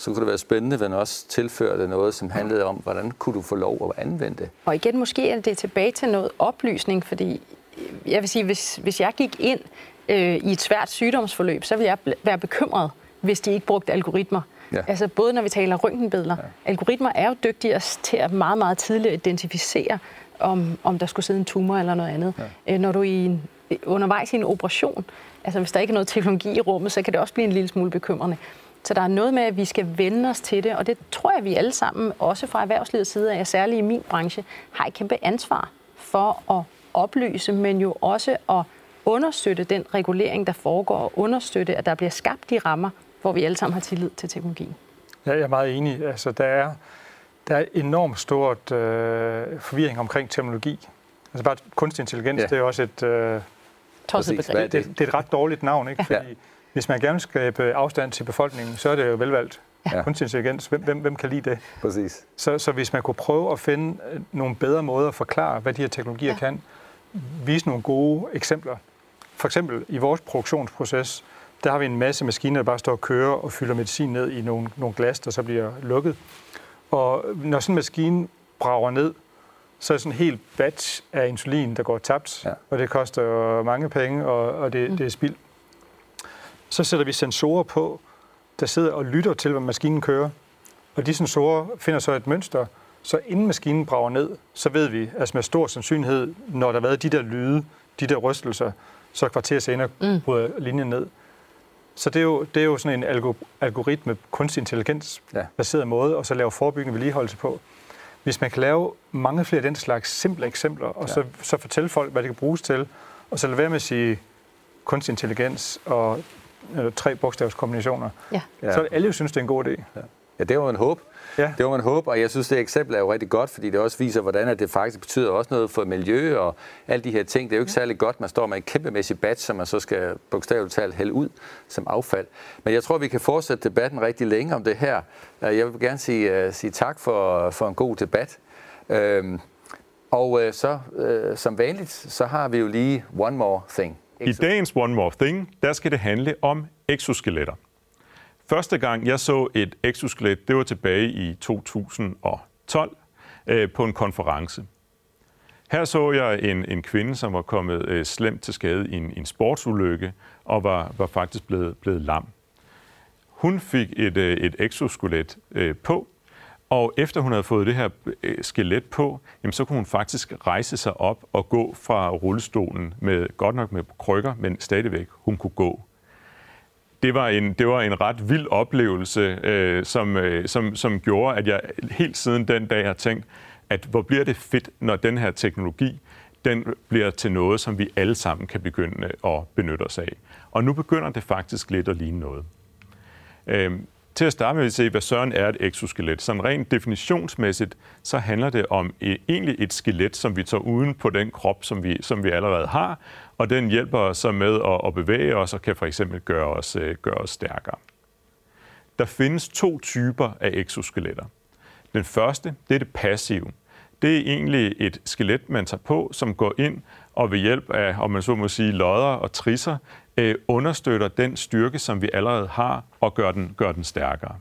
S1: så kunne det være spændende, at man også tilførte noget, som handlede om, hvordan kunne du få lov at anvende det.
S3: Og igen, måske er det tilbage til noget oplysning, fordi jeg vil sige, hvis, hvis jeg gik ind øh, i et svært sygdomsforløb, så ville jeg være bekymret, hvis de ikke brugte algoritmer. Ja. Altså både når vi taler røntgenbilleder. Ja. Algoritmer er jo dygtige til at meget, meget tidligt identificere, om, om der skulle sidde en tumor eller noget andet. Ja. Når du i en, undervejs i en operation, altså hvis der ikke er noget teknologi i rummet, så kan det også blive en lille smule bekymrende. Så der er noget med, at vi skal vende os til det, og det tror jeg, vi alle sammen, også fra erhvervslivets side af, særligt i min branche, har et kæmpe ansvar for at oplyse, men jo også at understøtte den regulering, der foregår, og understøtte, at der bliver skabt de rammer, hvor vi alle sammen har tillid til teknologien.
S4: Ja, jeg er meget enig. Altså, der er, der er enormt stort øh, forvirring omkring teknologi. Altså bare kunstig intelligens, ja. Det er også et... Øh,
S3: Tosset begreb.
S4: Det, det er et ret dårligt navn, ikke? Fordi ja. Hvis man gerne vil skabe afstand til befolkningen, så er det jo velvalgt. Ja. Kunstig intelligens, hvem, hvem, hvem kan lide det?
S1: Præcis.
S4: Så, så hvis man kunne prøve at finde nogle bedre måder at forklare, hvad de her teknologier ja. Kan, vise nogle gode eksempler. For eksempel i vores produktionsproces, der har vi en masse maskiner, der bare står og kører og fylder medicin ned i nogle, nogle glas, der så bliver lukket. Og når sådan en maskine brager ned, så er sådan en hel batch af insulin, der går tabt, ja. Og det koster mange penge, og, og det, mm. det er spild. Så sætter vi sensorer på, der sidder og lytter til, hvad maskinen kører. Og de sensorer finder så et mønster, så inden maskinen brager ned, så ved vi, altså med stor sandsynlighed, når der har været de der lyde, de der rystelser, så kvarter senere mm. bryder linjen ned. Så det er jo, det er jo sådan en algoritme, kunstig intelligens baseret ja. Måde, og så lave forebyggende vedligeholdelse på. Hvis man kan lave mange flere af den slags simple eksempler, og ja. så, så fortælle folk, hvad det kan bruges til, og så lade være med at sige kunstig intelligens og eller, tre bogstavskombinationer, ja. Så er det alle jo synes, det er en god idé.
S1: Ja, ja det var en håb. Ja. Det var man håb, og jeg synes, det eksempel er jo rigtig godt, fordi det også viser, hvordan at det faktisk betyder også noget for miljø og alle de her ting. Det er jo ikke særlig godt, man står med en kæmpemæssig batch, som man så skal bogstaveligt talt hælde ud som affald. Men jeg tror, vi kan fortsætte debatten rigtig længe om det her. Jeg vil gerne sige, uh, sige tak for, for en god debat. Uh, og uh, så uh, som vanligt, så har vi jo lige one more thing.
S2: I dagens one more thing, der skal det handle om exoskeletter. Første gang, jeg så et exoskelet, det var tilbage i to tusind og tolv øh, på en konference. Her så jeg en, en kvinde, som var kommet øh, slemt til skade i en, en sportsulykke og var, var faktisk blevet, blevet lam. Hun fik et, øh, et exoskelet øh, på, og efter hun havde fået det her øh, skelet på, jamen, så kunne hun faktisk rejse sig op og gå fra rullestolen, med, godt nok med krykker, men stadigvæk hun kunne gå. Det var en, det var en ret vild oplevelse, øh, som, øh, som, som gjorde, at jeg helt siden den dag har tænkt, at hvor bliver det fedt, når den her teknologi, den bliver til noget, som vi alle sammen kan begynde at benytte os af. Og nu begynder det faktisk lidt at ligne noget. Øh, til at starte med at se, hvad søren er et exoskelet. Sådan rent definitionsmæssigt, så handler det om et, egentlig et skelet, som vi tager uden på den krop, som vi, som vi allerede har, og den hjælper os så med at, at bevæge os og kan for eksempel gøre os, gøre os stærkere. Der findes to typer af exoskeletter. Den første, det er det passive. Det er egentlig et skelet, man tager på, som går ind og ved hjælp af, om man så må sige, lodder og trisser, øh, understøtter den styrke, som vi allerede har, og gør den, gør den stærkere.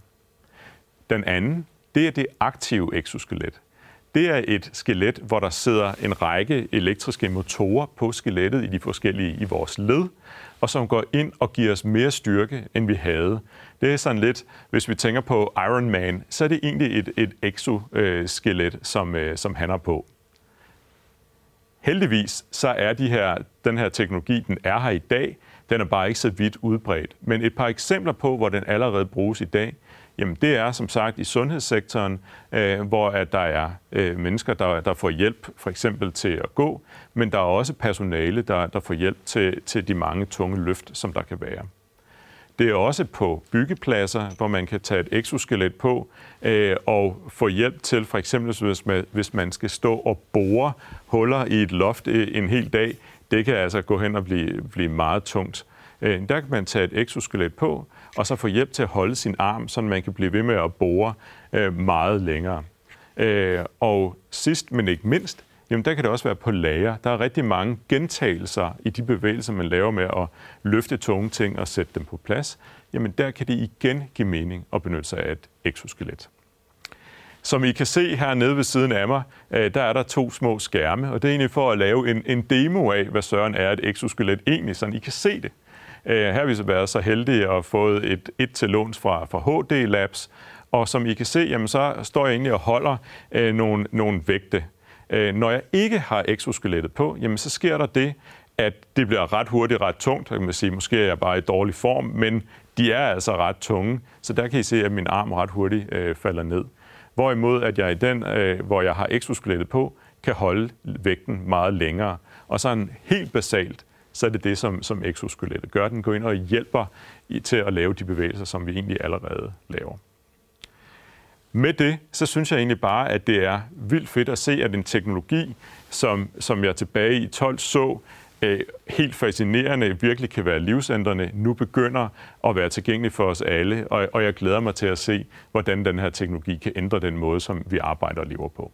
S2: Den anden, det er det aktive exoskelet. Det er et skelet, hvor der sidder en række elektriske motorer på skelettet i de forskellige i vores led, og som går ind og giver os mere styrke, end vi havde. Det er sådan lidt, hvis vi tænker på Iron Man, så er det egentlig et, et exoskelet, som, som han har på. Heldigvis så er de her, den her teknologi, den er her i dag, den er bare ikke så vidt udbredt. Men et par eksempler på, hvor den allerede bruges i dag, jamen det er som sagt i sundhedssektoren, øh, hvor at der er øh, mennesker, der, der får hjælp for eksempel til at gå, men der er også personale, der, der får hjælp til, til de mange tunge løft, som der kan være. Det er også på byggepladser, hvor man kan tage et exoskelet på øh, og få hjælp til, for eksempel hvis man, hvis man skal stå og bore huller i et loft en hel dag. Det kan altså gå hen og blive, blive meget tungt. Øh, der kan man tage et exoskelet på, og så få hjælp til at holde sin arm, så man kan blive ved med at bore øh, meget længere. Øh, og sidst, men ikke mindst, jamen der kan det også være på lager. Der er rigtig mange gentagelser i de bevægelser, man laver med at løfte tunge ting og sætte dem på plads. Jamen der kan det igen give mening at benytte sig af et exoskelet. Som I kan se hernede ved siden af mig, der er der to små skærme, og det er egentlig for at lave en, en demo af, hvad søren er et exoskelet egentlig, så I kan se det. Her har vi så været så heldige at have fået et, et til låns fra, fra H D Labs, og som I kan se, jamen, så står jeg egentlig og holder øh, nogle, nogle vægte. Øh, når jeg ikke har exoskelettet på, jamen, så sker der det, at det bliver ret hurtigt ret tungt. Jeg kan sige, måske er jeg bare i dårlig form, men de er altså ret tunge, så der kan I se, at min arm ret hurtigt øh, falder ned. Hvorimod, at jeg i den, øh, hvor jeg har exoskelettet på, kan holde vægten meget længere. Og sådan helt basalt, så er det det, som, som exoskelettet gør. Den går ind og hjælper i, til at lave de bevægelser, som vi egentlig allerede laver. Med det, så synes jeg egentlig bare, at det er vildt fedt at se, at en teknologi, som, som jeg tilbage i tolv så, øh, helt fascinerende, virkelig kan være livsændrende, nu begynder at være tilgængelig for os alle, og, og jeg glæder mig til at se, hvordan den her teknologi kan ændre den måde, som vi arbejder og lever på.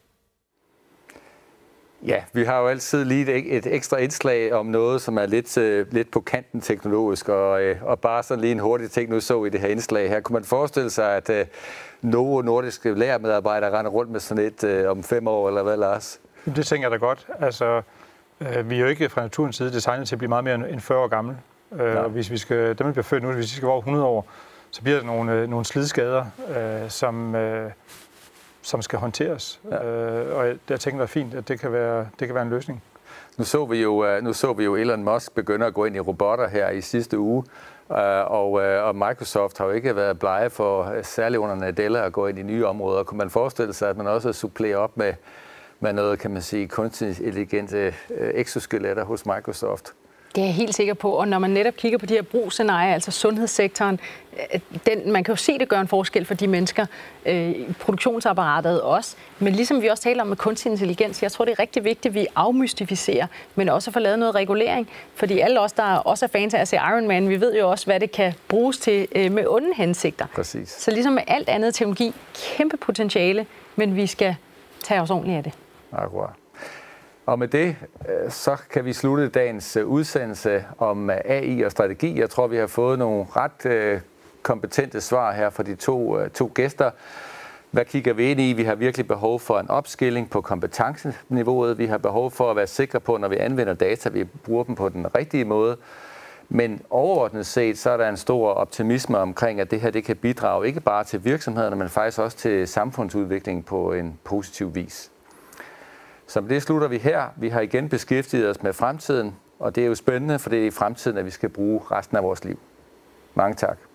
S1: Ja, vi har jo altid lige et, et ekstra indslag om noget, som er lidt, uh, lidt på kanten teknologisk, og, uh, og bare sådan lige en hurtig ting, nu så i det her indslag her. Kunne man forestille sig, at uh, Novo Nordiske lærermedarbejdere render rundt med sådan et uh, om fem år, eller hvad, Lars?
S4: Det tænker jeg da godt. Altså, øh, vi er jo ikke fra naturens side designet til at blive meget mere end fyrre år gammel. Øh, og hvis vi skal, dem, der bliver født nu, hvis vi skal over hundrede år, så bliver der nogle, øh, nogle slidskader, øh, som... Øh, som skal håndteres. Ja. Øh, og jeg tænker, det er fint, at det kan være, det kan være en løsning.
S1: Nu så vi jo, nu så vi jo Elon Musk begynde at gå ind i robotter her i sidste uge, og, og Microsoft har jo ikke været blege for, særligt under Nadella, at gå ind i nye områder. Kunne man forestille sig, at man også supplerer op med, med noget, kan man sige, kunstig intelligente exoskeletter hos Microsoft?
S3: Det er jeg helt sikker på, og når man netop kigger på de her brugsscenarier, altså sundhedssektoren, den, man kan jo se, det gør en forskel for de mennesker, øh, produktionsapparatet også, men ligesom vi også taler om med kunstig intelligens, jeg tror, det er rigtig vigtigt, at vi afmystificerer, men også får lavet noget regulering, fordi alle os, der også er fans af at se Iron Man, vi ved jo også, hvad det kan bruges til øh, med onde hensigter.
S1: Præcis.
S3: Så ligesom med alt andet teknologi, kæmpe potentiale, men vi skal tage os ordentligt af det.
S1: Akkurat. Og med det, så kan vi slutte dagens udsendelse om A I og strategi. Jeg tror, vi har fået nogle ret kompetente svar her fra de to, to gæster. Hvad kigger vi ind i? Vi har virkelig behov for en opskilling på kompetenceniveauet. Vi har behov for at være sikre på, når vi anvender data, vi bruger dem på den rigtige måde. Men overordnet set, så er der en stor optimisme omkring, at det her det kan bidrage ikke bare til virksomhederne, men faktisk også til samfundsudviklingen på en positiv vis. Så med det slutter vi her. Vi har igen beskæftiget os med fremtiden, og det er jo spændende, for det er i fremtiden, at vi skal bruge resten af vores liv. Mange tak.